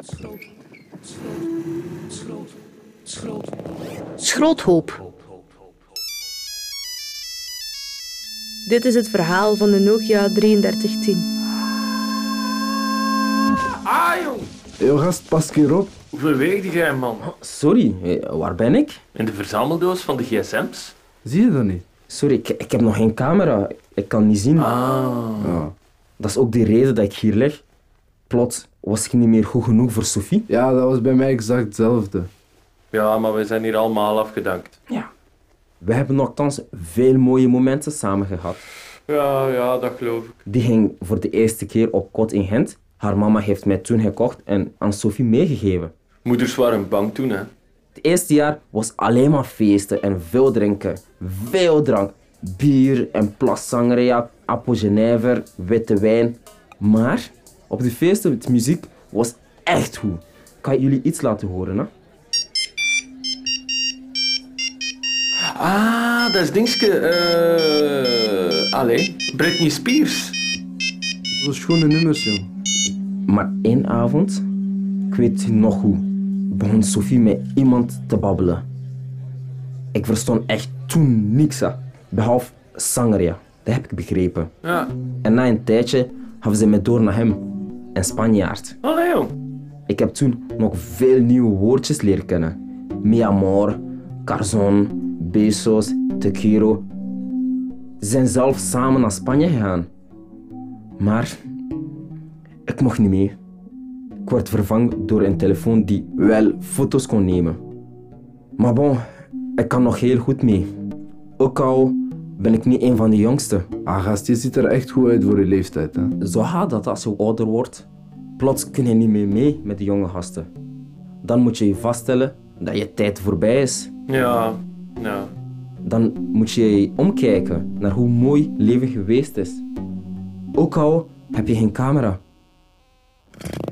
Schroothoop. Dit is het verhaal van de Nokia 3310. Ah, jong! Yo, gast, pas keer op. Hoeveel weegde jij, man? Sorry, waar ben ik? In de verzameldoos van de gsm's? Zie je dat niet? Sorry, ik heb nog geen camera. Ik kan niet zien. Ja. Dat is ook de reden dat ik hier lig. Plots was ik niet meer goed genoeg voor Sophie. Ja, dat was bij mij exact hetzelfde. Ja, maar we zijn hier allemaal afgedankt. Ja. We hebben nogthans veel mooie momenten samen gehad. Ja, dat geloof ik. Die ging voor de eerste keer op kot in Gent. Haar mama heeft mij toen gekocht en aan Sophie meegegeven. Moeders waren bang toen, hè. Het eerste jaar was alleen maar feesten en veel drinken. Veel drank. Bier en plas sangria, apogenever, witte wijn. Maar op de feesten de muziek was echt goed. Ik kan jullie iets laten horen, hè? Ah, dat is dingske. Allee, Britney Spears. Dat was schone nummers, joh. Maar één avond, ik weet het nog hoe, begon Sophie met iemand te babbelen. Ik verstond echt toen niks, hè. Behalve sangria. Dat heb ik begrepen. Ja. En na een tijdje hadden ze me door naar hem. Een Spanjaard. Allee, jong. Ik heb toen nog veel nieuwe woordjes leren kennen. Mi amor, carzon, besos, te quiero. Ze zijn zelf samen naar Spanje gegaan. Maar ik mocht niet mee. Ik werd vervangen door een telefoon die wel foto's kon nemen. Maar bon, ik kan nog heel goed mee. Ook al ben ik niet een van de jongsten. Ah, gast, je ziet er echt goed uit voor je leeftijd, hè. Zo gaat dat als je ouder wordt. Plots kun je niet meer mee met de jonge gasten. Dan moet je je vaststellen dat je tijd voorbij is. Ja. Dan moet je omkijken naar hoe mooi leven geweest is. Ook al heb je geen camera.